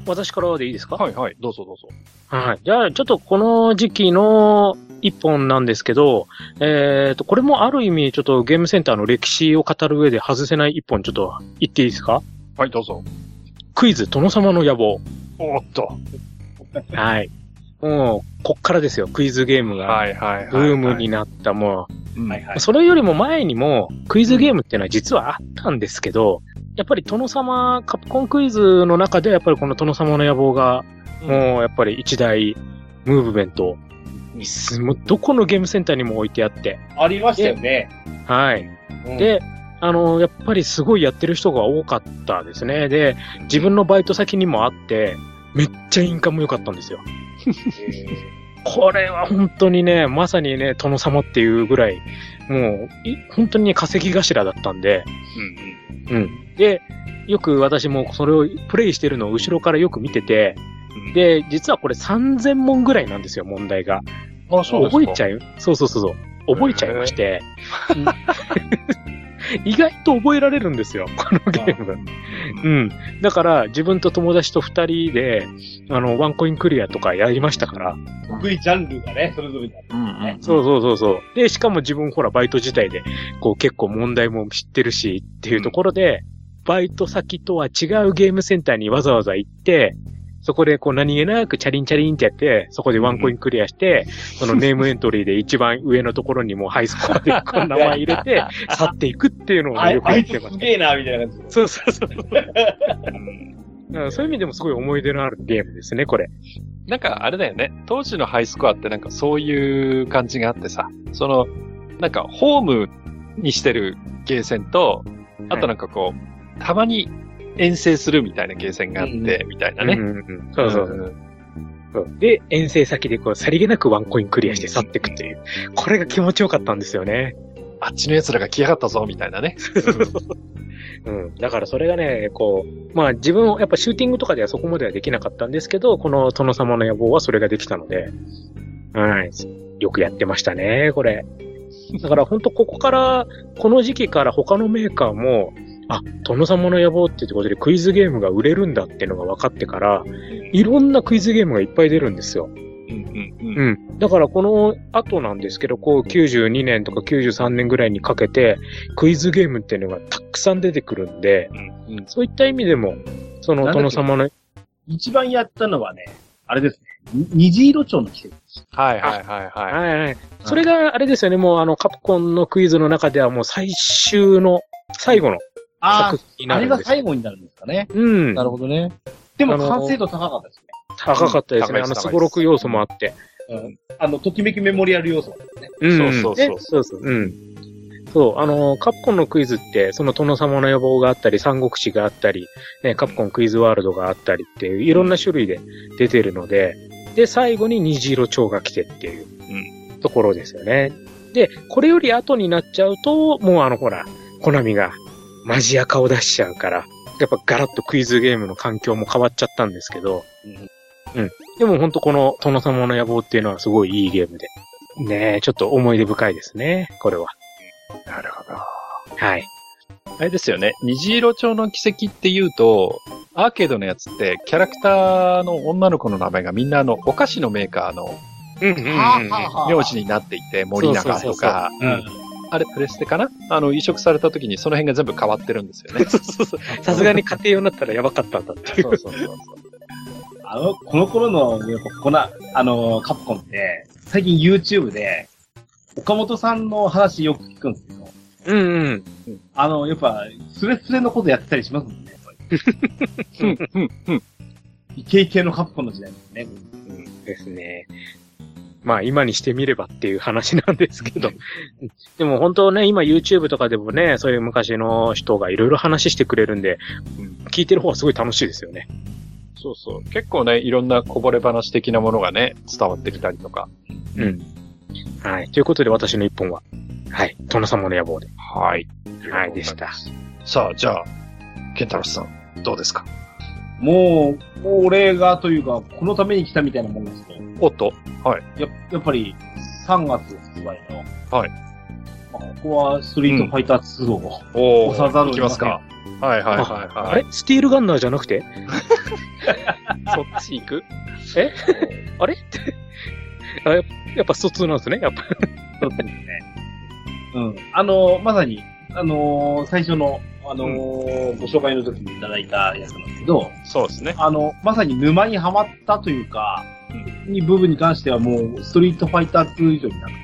私からでいいですか？ はいはい、どうぞどうぞ。 はい。じゃあ、ちょっとこの時期の一本なんですけど、これもある意味、ちょっとゲームセンターの歴史を語る上で外せない一本、ちょっと言っていいですか？ はい、どうぞ。 クイズ、殿様の野望。 おっと。 はい。もう、こっからですよ、クイズゲームが。 はいはいはい、はい。 ブームになった、もう。 はいはい。 それよりも前にも、クイズゲームっていうのは実はあったんですけど、やっぱり殿様、カプコンクイズの中でやっぱりこの殿様の野望が、もうやっぱり一大ムーブメント、もうどこのゲームセンターにも置いてあって。 ありましたよね。 はい。で、やっぱりすごいやってる人が多かったですね。で、自分のバイト先にもあって、めっちゃインカム良かったんですよ。これは本当にね、まさにね、殿様っていうぐらい、もう、本当にね、稼ぎ頭だったんで、で、よく私もそれをプレイしてるのを後ろからよく見てて、で、実はこれ3000問ぐらいなんですよ、問題が。 あ、そうですか。 覚えちゃう？そう。覚えちゃいまして。意外と覚えられるんですよ、このゲーム。だから、自分と友達と二人で、ワンコインクリアとかやりましたから。 得意ジャンルがね、それぞれにあるんですね。 そう。で、しかも自分ほら、バイト自体で、こう結構問題も知ってるし、っていうところで、バイト先とは違うゲームセンターにわざわざ行って、そこでこう何気なくチャリンってやって、そこでワンコインクリアして、そのネームエントリーで一番上のところにもハイスコアでこう名前入れて、去っていくっていうのをね、よくやってます。 すげえな、みたいな感じ。 そう。そういう意味でもすごい思い出のあるゲームですね、これ。 なんかあれだよね。当時のハイスコアってなんかそういう感じがあってさ、なんかホームにしてるゲーセンと、あとなんかこう、たまに遠征するみたいなゲーセンがあって、みたいなね。 そう。で、遠征先でこう、さりげなくワンコインクリアして去っていくっていう。これが気持ちよかったんですよね。 あっちの奴らが来やがったぞ、みたいなね。 だからそれがね、こう、まあ自分やっぱシューティングとかではそこまではできなかったんですけど、この殿様の野望はそれができたので、はい。よくやってましたね、これ。だから本当この時期から他のメーカーも、殿様の野望っていうことでクイズゲームが売れるんだっていうのが分かってから、いろんなクイズゲームがいっぱい出るんですよ。だからこの後なんですけど、こう92年とか93年ぐらいにかけて、クイズゲームっていうのがたくさん出てくるんで、そういった意味でも、その殿様の。 一番やったのはね、あれですね、虹色蝶の奇跡。 はい。 それがあれですよね、もうカプコンのクイズの中ではもう最後の作品になるんです。 あれが最後になるんですかね。なるほどね。でも完成度高かったですね。 高かったですね。スゴロク要素もあって。 ときめきメモリアル要素ですね。 そう、カプコンのクイズって、その殿様の野望があったり、三国志があったり、ね、カプコンクイズワールドがあったりっていう、いろんな種類で出てるので、で、最後に虹色蝶が来てっていうところですよね。で、これより後になっちゃうと、もうほら、コナミがマジアカを出しちゃうから、やっぱガラッとクイズゲームの環境も変わっちゃったんですけど、でも本当この殿様の野望っていうのはすごいいいゲームで。ねえ、ちょっと思い出深いですね、これは。 なるほど。 はい。 あれですよね、虹色蝶の奇跡っていうと、アーケードのやつってキャラクターの女の子の名前がみんなお菓子のメーカーの名字になっていて、森永とか、あれ、プレステかな移植された時にその辺が全部変わってるんですよね。 さすがに家庭用になったらやばかったんだっていう。 この頃の、カプコンって、最近 YouTube で、岡本さんの話よく聞くんですけど、やっぱ、スレスレのことやってたりしますもんね。イケイケのカプコンの時代ですね。 ですね。まあ今にしてみればっていう話なんですけど。でも本当ね、今 YouTube とかでもね、そういう昔の人がいろいろ話してくれるんで、聞いてる方はすごい楽しいですよね。 そうそう。結構ね、いろんなこぼれ話的なものがね、伝わってきたりとか。 はい。ということで私の一本は、はい。殿様の野望で。 はい。 はい、でした。 さあ、じゃあ、ケンタロスさん、どうですか？ もう俺がというか、このために来たみたいなもんですけど。 おっとはい。 やっぱり、3月発売の、 ここはストリートファイター2を、 お押さざるをいきますか。はいはいはいはい。 あれスティールガンナーじゃなくてそっち行く？ あれあ、やっぱ疎通なんですね、やっぱ。 そうですね。まさに、最初の、ご紹介の時にいただいたやつなんですけど、 そうですね。 まさに沼にはまったというか、部分に関してはもう、ストリートファイター2以上にな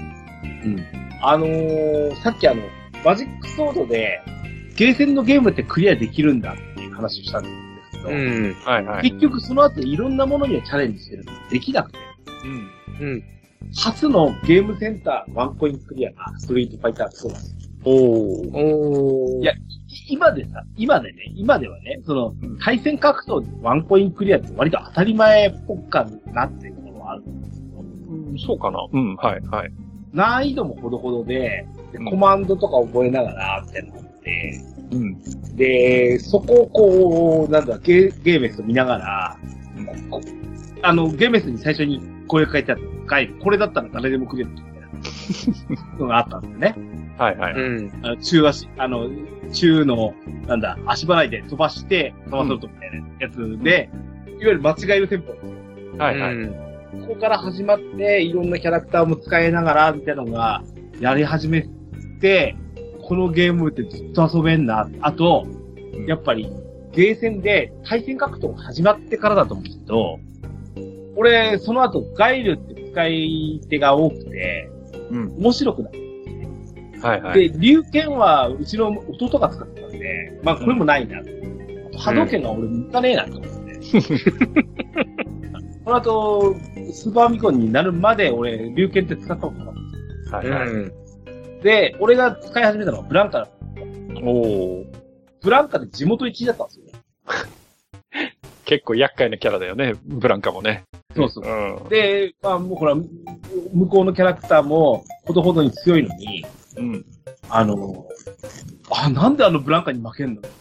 ってさっきマジックソードで、ゲーセンのゲームってクリアできるんだっていう話をしたんですけど、 はいはい。 結局その後いろんなものにはチャレンジしてるけど、できなくて、初のゲームセンターワンコインクリアがストリートファイター2なんです。いや、今ではね、対戦格闘でワンコインクリアって割と当たり前っぽくなってるところはあるんですけど、 そうかな。はいはい。 難易度もほどほどで、コマンドとか覚えながら、みたいなのがあって、で、そこをゲーメスを見ながら、ゲーメスに最初にこれ書いてあったこれだったら誰でもクリアできるみたいなのがあったんですよね。 はいはい。 中の、足払いで飛ばして飛ばそうとみたいなやつで、いわゆる間違えるテンポですよ。 はいはい。 ここから始まって、いろんなキャラクターも使いながら、みたいなのが、やり始めて、このゲームってずっと遊べんな。あと、やっぱり、ゲーセンで対戦格闘が始まってからだと思うんですけど、俺、その後、ガイルって使い手が多くて、面白くなる。 はいはい。 で、龍剣は、うちの弟が使ってたんで、まあ、これもないな。波動拳が俺向かねえなと思って。この後、スーパーミコンになるまで俺、龍剣って使ったことなかった。 はいはい。 で、俺が使い始めたのはブランカだった。ブランカで地元1位だったんですよ。 結構厄介なキャラだよね、ブランカもね。 そうそう。で、まあ、もうほら、向こうのキャラクターも、ほどほどに強いのに、なんでブランカに負けんの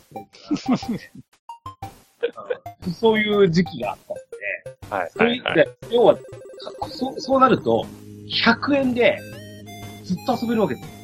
そういう時期があったので、要は、そうなると、100円で、ずっと遊べるわけですよ。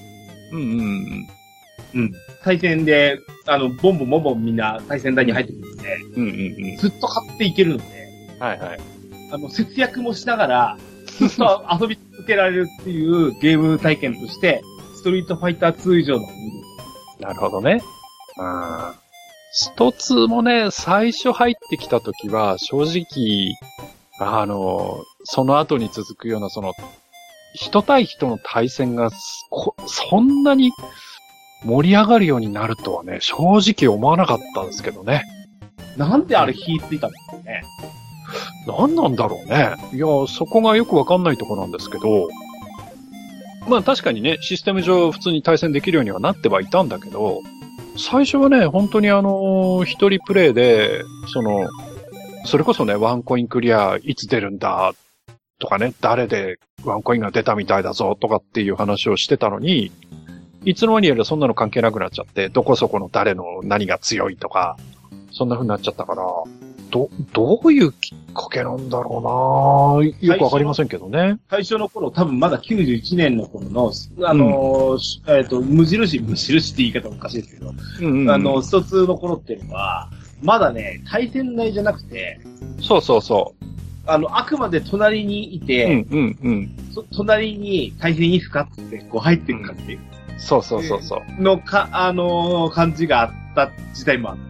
対戦で、ボンボンみんな対戦台に入ってくるので、ずっと買っていけるので、節約もしながら、ずっと遊び続けられるっていうゲーム体験として、ストリートファイター2以上の。 なるほどね。スト2もね、最初入ってきた時は、正直、その後に続くような、人対人の対戦が、そんなに盛り上がるようになるとはね、正直思わなかったんですけどね。 なんであれ火ついたんですかね。 何なんだろうね。いや、そこがよくわかんないとこなんですけど、まあ確かにね、システム上普通に対戦できるようにはなってはいたんだけど、最初はね、本当に一人プレイで、それこそね、ワンコインクリアいつ出るんだ、とかね、誰でワンコインが出たみたいだぞ、とかっていう話をしてたのに、いつの間にやらそんなの関係なくなっちゃって、どこそこの誰の何が強いとか、そんな風になっちゃったから、どういうきっかけなんだろうなよくわかりませんけどね。 最初の頃、多分まだ91年の頃の、無印って言い方おかしいですけど、スト2の頃っていうのは、まだね、対戦内じゃなくて、 そうそうそう。 あくまで隣にいて、隣に対戦いいっすかってこう入っていく感じ、 そうそうそうそう。 の感じがあった時代もあって、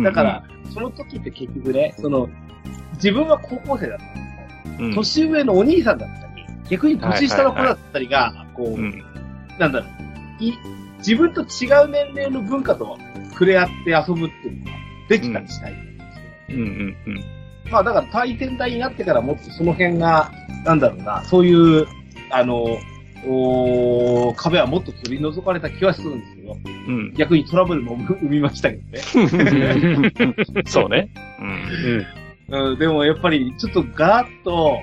だから、その時って結局ね、自分は高校生だったんですけど、年上のお兄さんだったり、逆に年下の子だったりが、なんだろう、自分と違う年齢の文化と触れ合って遊ぶっていうのができたりしたいんですよ。まあだから対戦台になってからもっとその辺が、なんだろうな、そういう、壁はもっと取り除かれた気はするんですけど、逆にトラブルも生みましたけどね。 そうね。 でもやっぱりちょっとガラッと、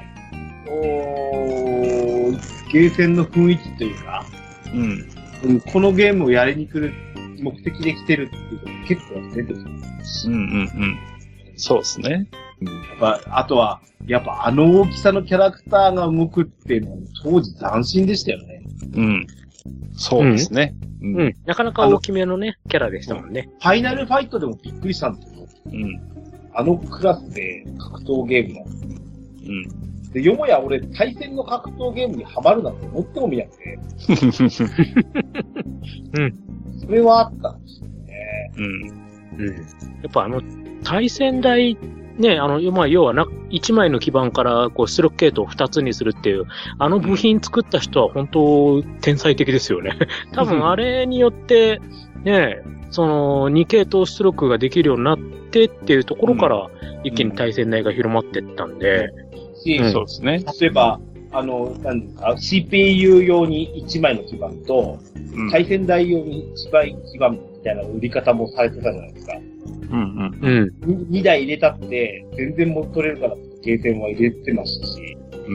ゲーセンの雰囲気というか、このゲームをやりに来る目的で来てるっていうのが結構出てきますし。 そうですね。 あとは、やっぱ大きさのキャラクターが動くっていうのは当時斬新でしたよね。 そうですね。 うん。なかなか大きめのね、キャラでしたもんね。 ファイナルファイトでもびっくりしたんですけど、あのクラスで格闘ゲームの。で、よもや俺、対戦の格闘ゲームにハマるなんて思ってもみなくて。それはあったんですよね。 やっぱ対戦台、ね、まあ、要は1枚の基板から、出力系統を2つにするっていう、部品作った人は本当、天才的ですよね。多分、あれによって、ね、2系統出力ができるようになってっていうところから、一気に対戦台が広まっていったんで。 そうですね。 例えば、なんですか、CPU 用に1枚の基板と、対戦台用に1枚基板みたいな売り方もされてたじゃないですか。2台入れたって、全然持っ取れるからってゲーセンは入れてましたし。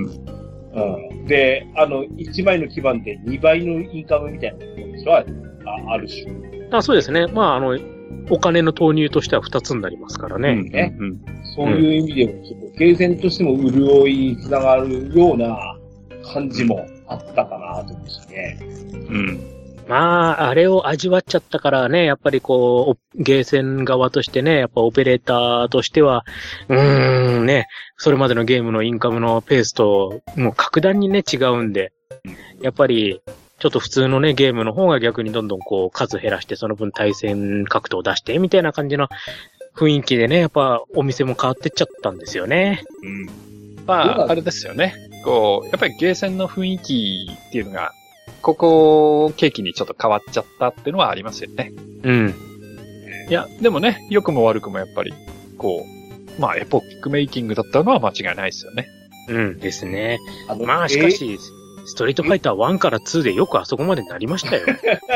で、1枚の基板で2倍のインカムみたいなものでしょ、ある種。 そうですね。まあ、お金の投入としては2つになりますからね。 そういう意味でも、ちょっとゲーセンとしても潤いにつながるような感じもあったかなと思うんですね。 まあ、あれを味わっちゃったからね、やっぱりゲーセン側としてね、やっぱオペレーターとしては、ね、それまでのゲームのインカムのペースと、もう格段にね、違うんで、やっぱり、ちょっと普通のね、ゲームの方が逆にどんどん数減らして、その分対戦格闘を出して、みたいな感じの雰囲気でね、やっぱお店も変わってっちゃったんですよね。 まあ、あれですよね。やっぱりゲーセンの雰囲気っていうのが、ここを契機にちょっと変わっちゃったっていうのはありますよね。いや、でもね、良くも悪くもやっぱり、まあ、エポックメイキングだったのは間違いないですよね。 ですね。まあ、しかし、ストリートファイター1から2でよくあそこまでなりましたよ。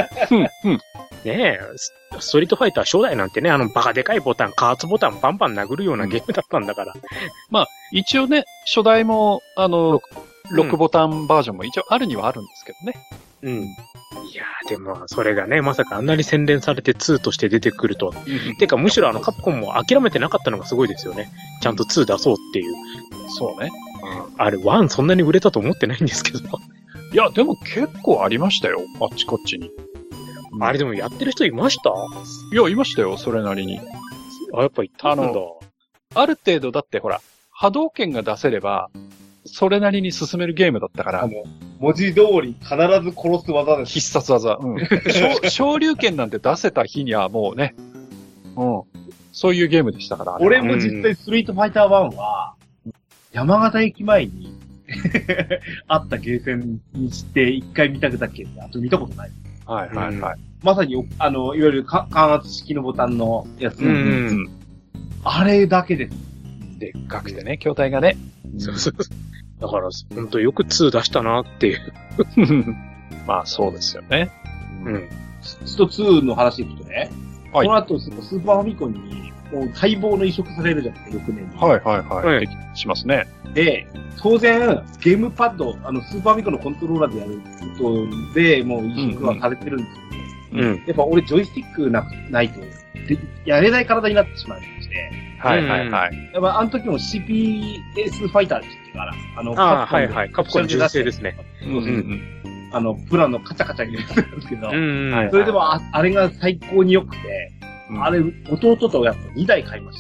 ねえ、ストリートファイター初代なんてね、バカでかいボタン、加圧ボタンバンバン殴るようなゲームだったんだから。 まあ、一応ね、初代も、6ボタンバージョンも一応あるにはあるんですけどね。 いやー、でも、それがね、まさかあんなに洗練されて2として出てくると。てか、むしろカプコンも諦めてなかったのがすごいですよね。ちゃんと2出そうっていう。 そうね。 あれ、1そんなに売れたと思ってないんですけど。 いや、でも結構ありましたよ。あっちこっちに。 あれでもやってる人いました？ いや、いましたよ、それなりに。 やっぱいたんだ。 ある程度だってほら、波動拳が出せれば、それなりに進めるゲームだったから。 文字通り必ず殺す技です。 必殺技。昇竜拳なんて出せた日にはもうね、そういうゲームでしたから。 俺も実際ストリートファイター1は、山形駅前にあったゲーセンにして一回見たくだけで、あと見たことない。まさに、いわゆる感圧式のボタンのやつ。あれだけです。 でっかくてね、筐体がね。 だから、ほんとよく2出したなっていう。 まあ、そうですよね。 ちょっと2の話いくとね。この後、スーパーファミコンに、もう待望の移植されるじゃないですか、翌年に。 しますね。 で、当然、ゲームパッド、スーパーファミコンのコントローラーでやることで、もう移植はされてるんですけど、やっぱ俺ジョイスティックないと、やれない体になってしまいまして。やっぱあの時も CPS ファイターでしたから、 カプコン純正ですね。 プランのカチャカチャ入れてたんですけど、それでもあれが最高に良くて、あれ、弟とやっぱ2台買いました。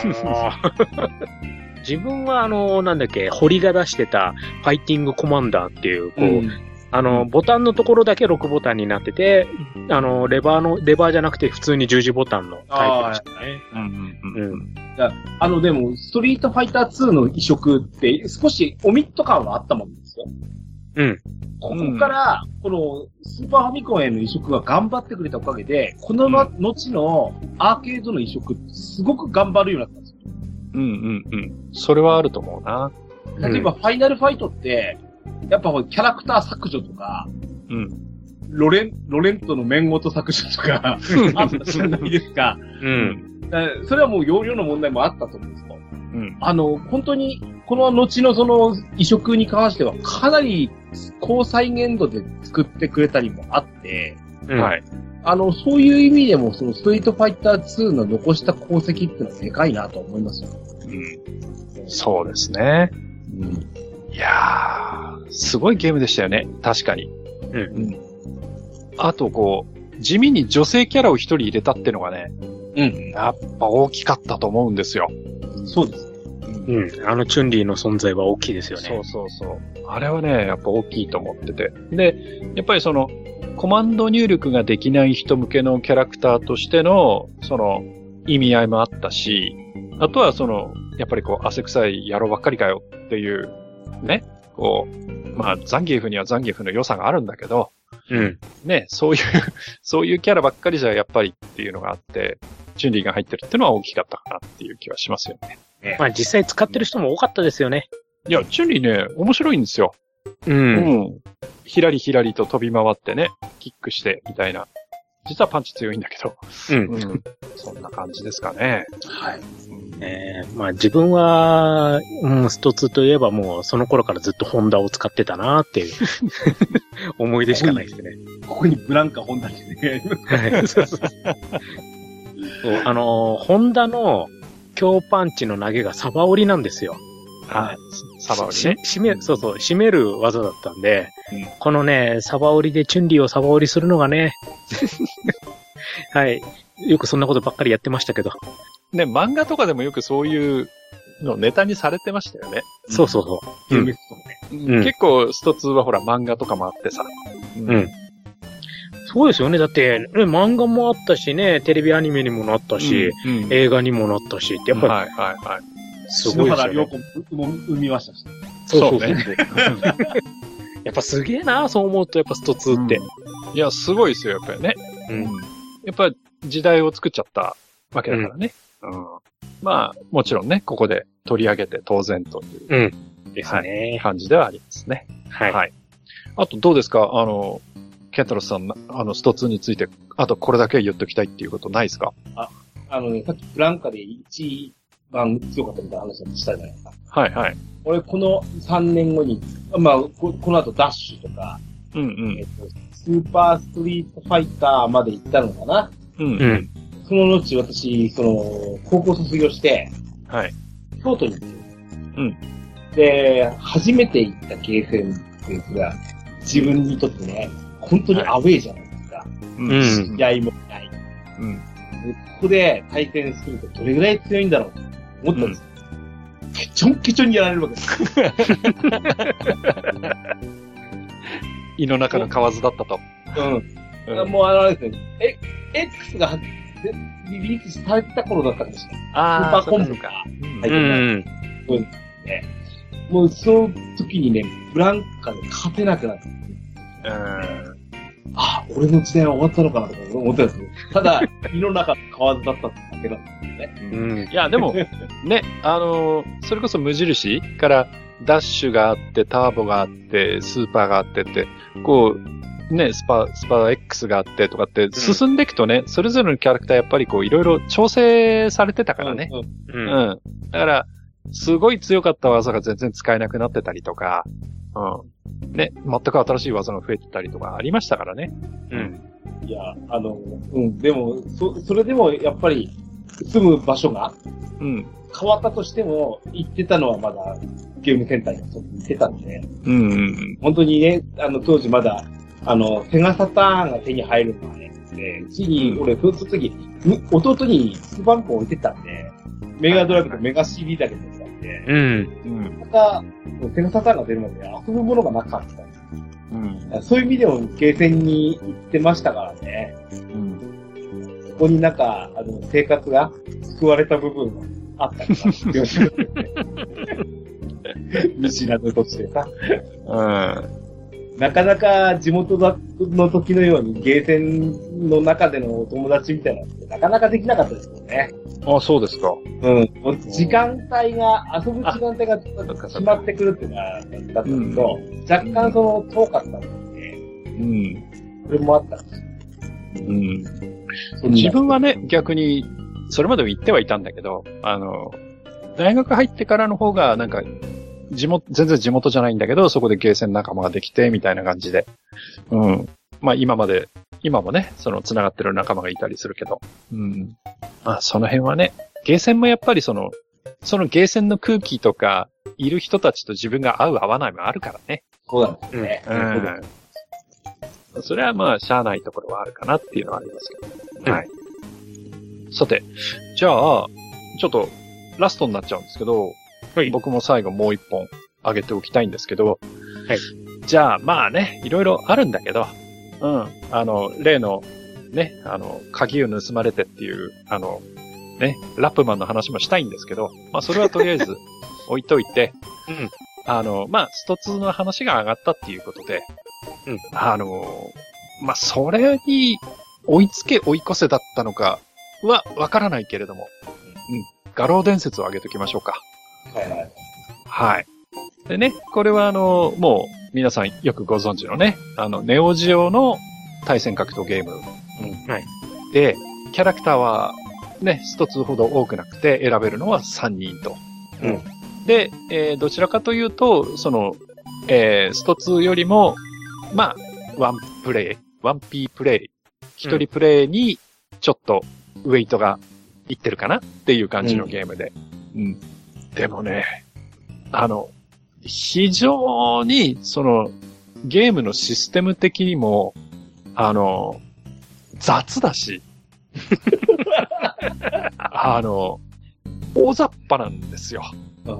自分はなんだっけ、堀が出してたファイティングコマンダーっていう、ボタンのところだけ6ボタンになってて、レバーじゃなくて普通に十字ボタンのタイプでしたね。 でも、ストリートファイター2の移植って少しオミット感はあったもんですよ。ここから、このスーパーファミコンへの移植が頑張ってくれたおかげで、この後のアーケードの移植ってすごく頑張るようになったんですよ。 それはあると思うな。 例えば、ファイナルファイトって、やっぱキャラクター削除とか、ロレントの面ごと削除とか、あったじゃないですか。それはもう容量の問題もあったと思うんですよ。本当に、この後のその移植に関しては、かなり高再現度で作ってくれたりもあって、そういう意味でも、そのストリートファイター2の残した功績っていうのはでかいなと思いますよ。 そうですね。いやー、すごいゲームでしたよね。確かに。 あと地味に女性キャラを一人入れたってのがね、やっぱ大きかったと思うんですよ。 そうです。 チュンリーの存在は大きいですよね。 そう。あれはね、やっぱ大きいと思ってて。で、やっぱりコマンド入力ができない人向けのキャラクターとしての、意味合いもあったし、あとはやっぱり汗臭い野郎ばっかりかよっていう、ね、ザンギエフにはザンギエフの良さがあるんだけど、ね、そういうキャラばっかりじゃやっぱりっていうのがあって、チュンリーが入ってるっていうのは大きかったかなっていう気はしますよね。 実際使ってる人も多かったですよね。 いや、チュンリーね、面白いんですよ。ひらりひらりと飛び回ってね、キックしてみたいな。実はパンチ強いんだけど。そんな感じですかね。 はい。自分は、スト2といえばもうその頃からずっとホンダを使ってたなっていう思い出しかないですね。 ここにブランカホンダですね。 はい。そう。ホンダの強パンチの投げがサバ折りなんですよ。 はい。サバ折りね。 締める技だったんで、このね、サバ折りでチュンリーをサバ折りするのがね、はい。よくそんなことばっかりやってましたけど。 ね、漫画とかでもよくそういうのネタにされてましたよね。 そう。 結構スト2はほら漫画とかもあってさ。 そうですよね。だって、漫画もあったしね、テレビアニメにもなったし、映画にもなったしって、やっぱり、すごいですよね。篠原涼子も生みましたし。 そうね。やっぱすげえな、そう思うと、やっぱスト2って。 いや、すごいですよ、やっぱりね。やっぱり時代を作っちゃったわけだからね。もちろんね、ここで取り上げて当然という、 ですね、 感じではありますね。はい。あとどうですかケンタロスさん、スト2について、あとこれだけ言っときたいっていうことないですか？ さっきブランカで一番強かったみたいな話をしたじゃないですか。 はい。 俺、この3年後に、この後ダッシュとか、スーパーストリートファイターまで行ったのかな。その後、私、高校卒業して、京都に行って、で、初めて行ったゲーセンっていうのが、自分にとってね、本当にアウェイじゃないですか。試合もない。ここで対戦するとどれぐらい強いんだろうと思ったんですよ。ケチョンケチョンにやられるわけです。 胃の中の蛙だったと。 もうあれですね、X がリリースされてた頃だったんですよ。スーパーコンボが入ってた。もうその時にね、ブランカで勝てなくなって。俺の時代は終わったのかなと思ってたんですけど、ただ、胃の中の蛙だっただけなんですよね。 いや、でも、ね、それこそ無印からダッシュがあって、ターボがあって、スーパーがあってって、ね、スパ X があってとかって進んでいくとね、それぞれのキャラクターやっぱりいろいろ調整されてたからね。だから、すごい強かった技が全然使えなくなってたりとか、ね、全く新しい技が増えてたりとかありましたからね。 いや、でも、それでもやっぱり、住む場所が、変わったとしても、行ってたのはまだ、ゲームセンターに行ってたんで、本当にね、当時まだ、セガサターンが手に入るのはね、ついに、俺、その時、弟にスーパーファミコン置いてたんで、メガドライブとメガ CD だけ持ってたんで、また、セガサターンが出るまで遊ぶものがなかった。そういう意味でも、ゲーセンに行ってましたからね。そこに生活が救われた部分があったりとか、見知らぬとしてさ。なかなか地元の時のようにゲーセンの中でのお友達みたいなのってなかなかできなかったですよね。 そうですか。 時間帯が、遊ぶ時間帯が決まってくるっていうのが、だったけど、若干遠かったので、それもあったんですよ。 自分はね、逆に、それまでも言ってはいたんだけど、大学入ってからの方が、全然地元じゃないんだけど、そこでゲーセン仲間ができて、みたいな感じで。今もね、繋がってる仲間がいたりするけど。その辺はね、ゲーセンもやっぱりそのゲーセンの空気とか、いる人たちと自分が合う合わないもあるからね。 そうなんですね。 それはまあ、しゃあないところはあるかなっていうのはありますけど。はい。さて、じゃあ、ちょっと、ラストになっちゃうんですけど、はい、僕も最後もう一本上げておきたいんですけど、はい。じゃあ、まあね、いろいろあるんだけど、うん。例の、ね、鍵を盗まれてっていう、ね、ラップマンの話もしたいんですけど、まあ、それはとりあえず置いといて、うん。まあ、スト2の話が上がったっていうことで、うん。まあ、それに追いつけ追い越せだったのかはわからないけれども、うん。画廊伝説を上げときましょうか。はいはい。はい。でね、これはもう皆さんよくご存知のね、ネオジオの対戦格闘ゲーム。うん。はい。で、キャラクターはね、一つほど多くなくて選べるのは3人と。うん。で、どちらかというと、スト2よりも、まあ、ワンピープレイ、一人プレイにちょっとウェイトがいってるかなっていう感じのゲームで。うん。うん、でもね、非常に、ゲームのシステム的にも、雑だし、大雑把なんですよ。うん、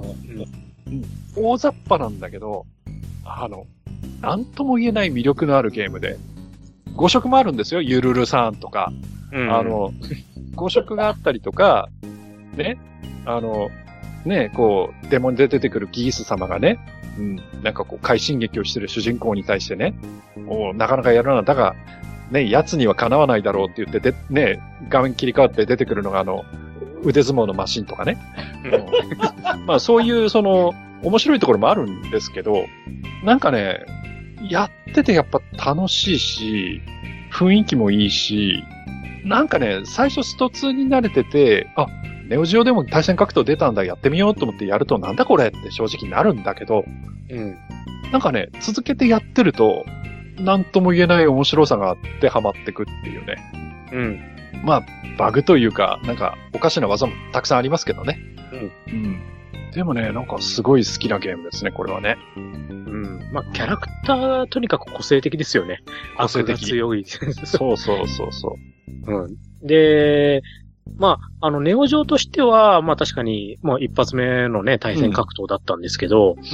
大雑把なんだけど、なんとも言えない魅力のあるゲームで、5色もあるんですよ、ゆるるさんとか。うん、5色があったりとか、ね、ね、こう、デモで出てくるギース様がね、うん、なんかこう、快進撃をしてる主人公に対してね、なかなかやるな、だが、ね、奴にはかなわないだろうって言って、ね、画面切り替わって出てくるのが腕相撲のマシンとかね。まあそういう面白いところもあるんですけど、なんかね、やっててやっぱ楽しいし、雰囲気もいいし、なんかね、最初スト2に慣れてて、あ、ネオジオでも対戦格闘出たんだ、やってみようと思ってやるとなんだこれって正直なるんだけど、うん。なんかね、続けてやってると、なんとも言えない面白さがあってハマってくっていうね。うん。まあ、バグというか、なんか、おかしな技もたくさんありますけどね。うん。うん。でもね、なんかすごい好きなゲームですね、これはね。うん。 まあ、キャラクター、とにかく個性的ですよね。 個性的。 強い。 そうそうそうそう。 うん。で、まあ、ネオ上としては、まあ確かに、まあ一発目のね、対戦格闘だったんですけど、うん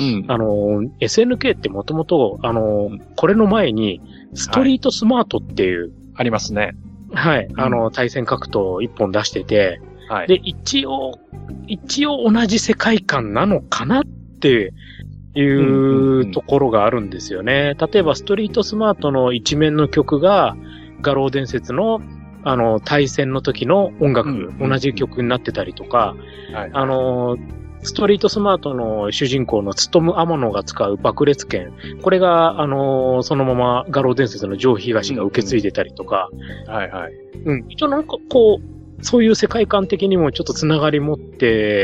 、SNK ってもともと、これの前に、ストリートスマートっていう、はい、 ありますね。 はい、対戦格闘一本出してて、はい、で、一応同じ世界観なのかなっていうところがあるんですよね。例えば、ストリートスマートの一面の曲が、画廊伝説の対戦の時の音楽、同じ曲になってたりとか、はい、ストリートスマートの主人公のツトム・アモノが使う爆裂剣、これが、そのまま画廊伝説のジョー・東が受け継いでたりとか、はいはい。うん。一応なんかこう、そういう世界観的にもちょっとつながり持って、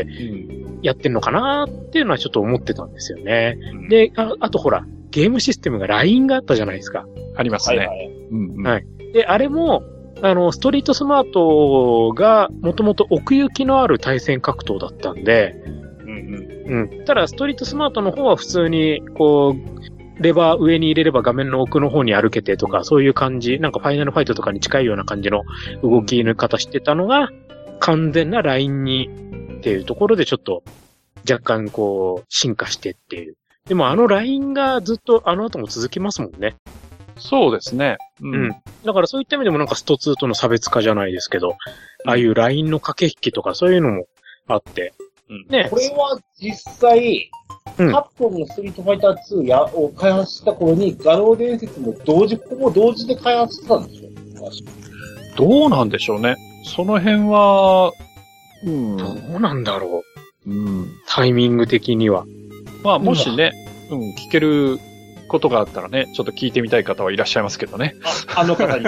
やってんのかなっていうのはちょっと思ってたんですよね。で、あとほら、ゲームシステムが LINE があったじゃないですか。 ありますね。 はい、はい。はい。で、あれも、ストリートスマートがもともと奥行きのある対戦格闘だったんで、ただストリートスマートの方は普通に、こう、レバー上に入れれば画面の奥の方に歩けてとか、そういう感じ、なんかファイナルファイトとかに近いような感じの動きの方してたのが、完全なラインにっていうところでちょっと若干こう、進化してっていう。でもラインがずっと後も続きますもんね。 そうですね。 うん。だからそういった意味でもなんかスト2との差別化じゃないですけど、ああいうラインの駆け引きとかそういうのもあって。 ね。これは実際、カプコンのストリートファイター2を開発した頃に、画廊伝説もほぼ同時で開発してたんでしょ？ どうなんでしょうね。その辺は、 どうなんだろう。タイミング的には。 まあ、もしね、聞けることがあったらね、ちょっと聞いてみたい方はいらっしゃいますけどね。 あの方に。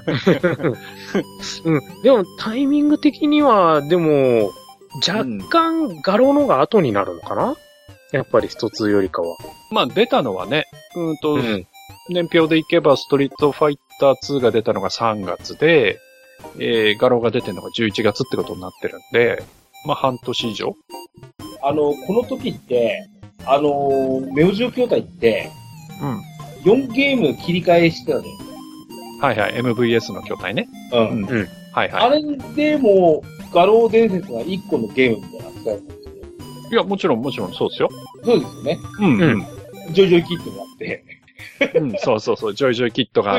でも、タイミング的には、でも、若干、画廊の方が後になるのかな？やっぱり一つよりかは。 まあ、出たのはね、年表でいけば、ストリートファイター2が出たのが3月で、画廊が出てるのが11月ってことになってるんで、まあ、半年以上。 この時って、ネオジオ筐体って、4ゲーム切り替えしてたのよ。 はいはい。MVS の筐体ね。 うん。 うん。はいはい。 あれでも、画廊伝説は1個のゲームみたいな扱いだったんですよ。 いや、もちろんそうですよ。 そうですよね。 うんうん。 ジョイジョイキットがあって。 うん、そうそうそう。ジョイジョイキットがあって、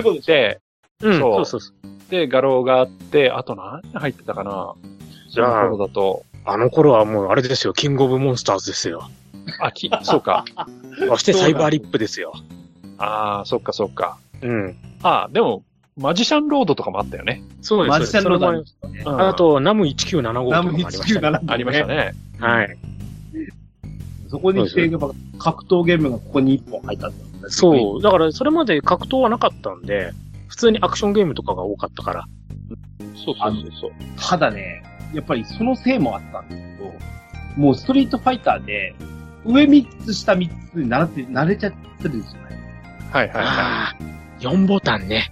そう。 で、画廊があって、あと何入ってたかな。 じゃあ、 その頃だと。 あの頃はもうあれですよ。キングオブモンスターズですよ。 そうか。 そしてサイバーリップですよ。 ああ、そっか。 うん。 でも、マジシャンロードとかもあったよね。 そうです。 マジシャンロードありましたね。 あと、ナム1975とかもありましたね。 ありましたね。 はい。 そこにして、やっぱ格闘ゲームがここに1本入ったんだよね。 そう。だからそれまで格闘はなかったんで、普通にアクションゲームとかが多かったから。 そう。 ただね、やっぱりそのせいもあったんですけど、もうストリートファイターで、上3つ下3つに慣れちゃってるんですよね。 はい。 4ボタンね。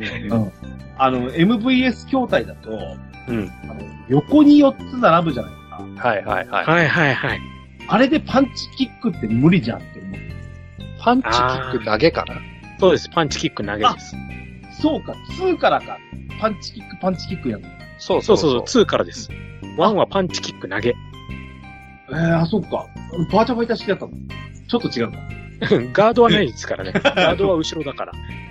MVS 筐体だと、 うん。 横に4つ並ぶじゃないですか。 はい。 あれでパンチキックって無理じゃんって思う。 パンチキック投げかな？ そうです。パンチキック投げです。 そうか、2からか。パンチキックやる。 そう、2からです。1はパンチキック投げ。 そうか。バーチャファイター式だったの。ちょっと違うんだ。 ガードはないですからね。ガードは後ろだから。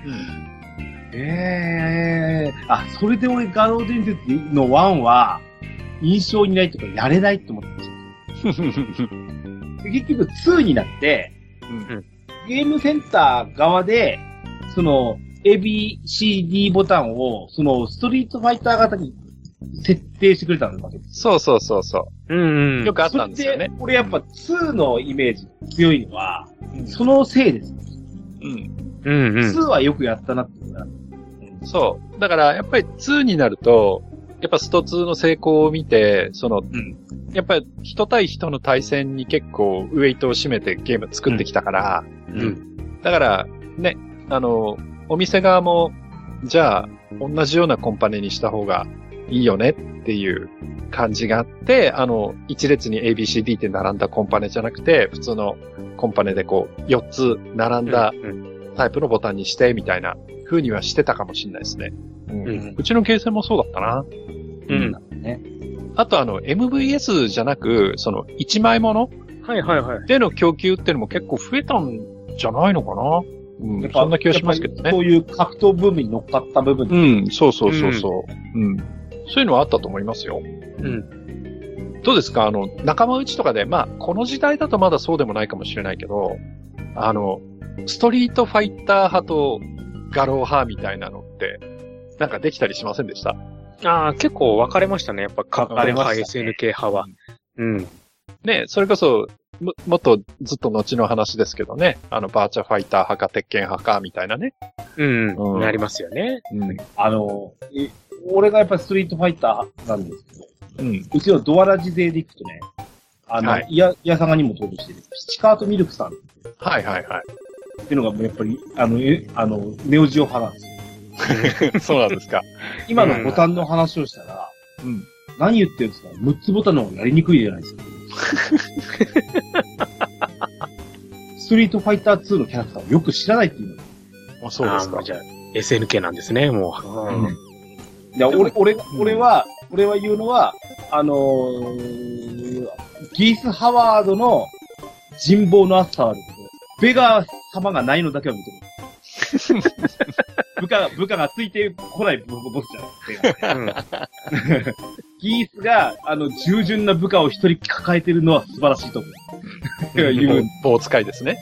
それで俺ガロー伝説の1は、印象にないとかやれないって思ってました。結局2になって、ゲームセンター側で、その、ABCD ボタンを、その、ストリートファイター型に設定してくれたわけです。 そう。よくあったんですよね。 で、俺やっぱ2のイメージ強いのは、そのせいです。2はよくやったなって思う。 そう。だから、やっぱり2になると、やっぱスト2の成功を見て、やっぱり人対人の対戦に結構ウェイトを占めてゲーム作ってきたから、だからね、お店側も、じゃあ同じようなコンパネにした方がいいよねっていう感じがあって、一列に ABCD って並んだコンパネじゃなくて、普通のコンパネでこう、4つ並んだタイプのボタンにして、みたいな風にはしてたかもしれないですね。うちのゲーセンもそうだったな。あとMVS じゃなく、一枚ものでの供給っていうのも結構増えたんじゃないのかな。そんな気がしますけどね。 そういう格闘ブームに乗っかった部分。 そう。そういうのはあったと思いますよ。どうですか仲間内とかで、この時代だとまだそうでもないかもしれないけど、ストリートファイター派とガロー派みたいなのって、なんかできたりしませんでした？ 結構分かれましたね。やっぱ、ガロー派、SNK 派は。 ね、それこそ、もっとずっと後の話ですけどね。バーチャファイター派か、鉄拳派か、みたいなね。 なりますよね。 俺がやっぱりストリートファイターなんですけど、うちのドアラジ勢で行くとね、イヤサガにも登場してる、ピチカートミルクさん。っていうのがやっぱり、ネオジオ派なんですよ。 そうなんですか。 今のボタンの話をしたら、何言ってるんですか ?6 つボタンの方がやりにくいじゃないですか。ストリートファイター2のキャラクターをよく知らないっていうの。そうですか。 じゃあ、SNK なんですね、もう。俺は言うのは、ギース・ハワードの人望の厚さはあるけど、ベガ様がないのだけは認める。部下がついてこないボスじゃないですか。ギースが、従順な部下を一人抱えてるのは素晴らしいと思う。 棒使いですね。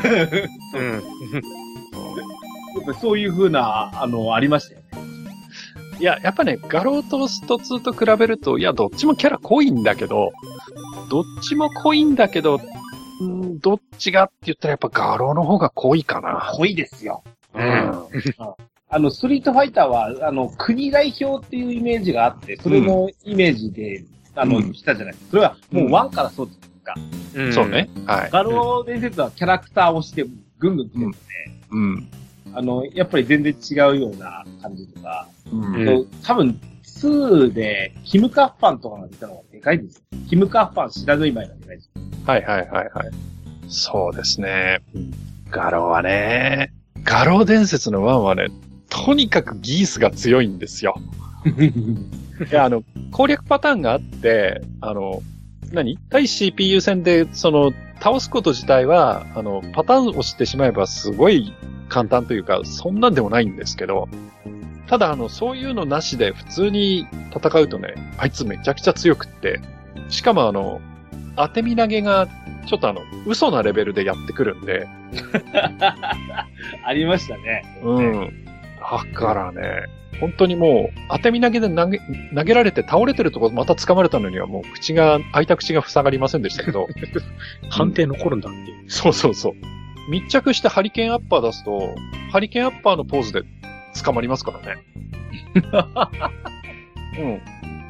そういう風な、ありましたよね。 いや、やっぱね、ガローとスト2と比べると、いや、どっちもキャラ濃いんだけど、どっちがって言ったらやっぱガローの方が濃いかな。 濃いですよ。ストリートファイターは、国代表っていうイメージがあって、それのイメージで、来たじゃないですか。それはもう1からそうですか。 そうね。はい。 ガロー伝説はキャラクターをして、ぐんぐん来てるので、やっぱり全然違うような感じとか、多分、2で、キムカッファンとかが出たのがでかいですよ。キムカッファン知らぬい前がでかいです。 はい。そうですね。ガローはね、ガロー伝説の1はね、 とにかくギースが強いんですよ。いや、攻略パターンがあって、対 CPU 戦で、倒すこと自体は、パターンを知ってしまえばすごい簡単というか、そんなんでもないんですけど、ただ、そういうのなしで普通に戦うとね、あいつめちゃくちゃ強くって、しかも当て身投げが、ちょっと嘘なレベルでやってくるんで。 ありましたね。 うん。だからね、本当にもう、当て身投げで投げられて倒れてるところまた掴まれたのにはもう開いた口が塞がりませんでしたけど。 判定残るんだっていう。 そうそうそう。密着してハリケーンアッパー出すと、ハリケーンアッパーのポーズで捕まりますからね。うん。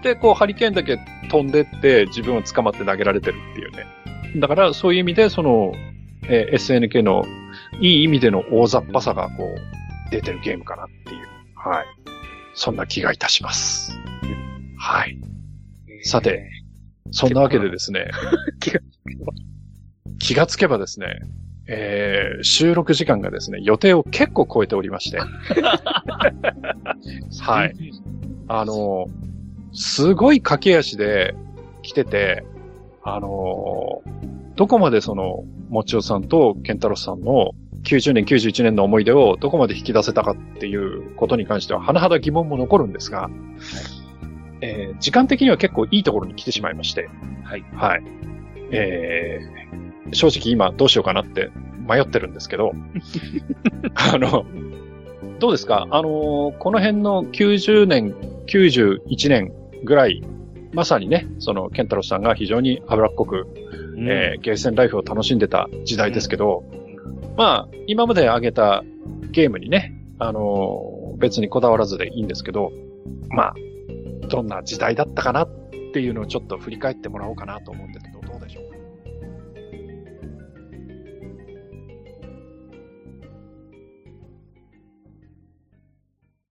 で、ハリケーンだけ飛んでって自分を捕まって投げられてるっていうね。だからそういう意味でSNK のいい意味での大雑把さが出てるゲームかなっていう。はい。そんな気がいたします。はい。さて、そんなわけでですね。気がつけばですね、収録時間がですね、予定を結構超えておりまして。はい。すごい駆け足で来てて、どこまでもちおさんとケンタロスさんの90年、91年の思い出をどこまで引き出せたかっていうことに関しては、甚だ疑問も残るんですが、時間的には結構いいところに来てしまいまして、はい。はい。正直今どうしようかなって迷ってるんですけど、どうですか？この辺の90年、91年ぐらい、まさにね、ケンタロスさんが非常に脂っこく、ゲーセンライフを楽しんでた時代ですけど、まあ、今まで挙げたゲームにね、別にこだわらずでいいんですけど、まあ、どんな時代だったかなっていうのをちょっと振り返ってもらおうかなと思うんですけど、どうでしょうか。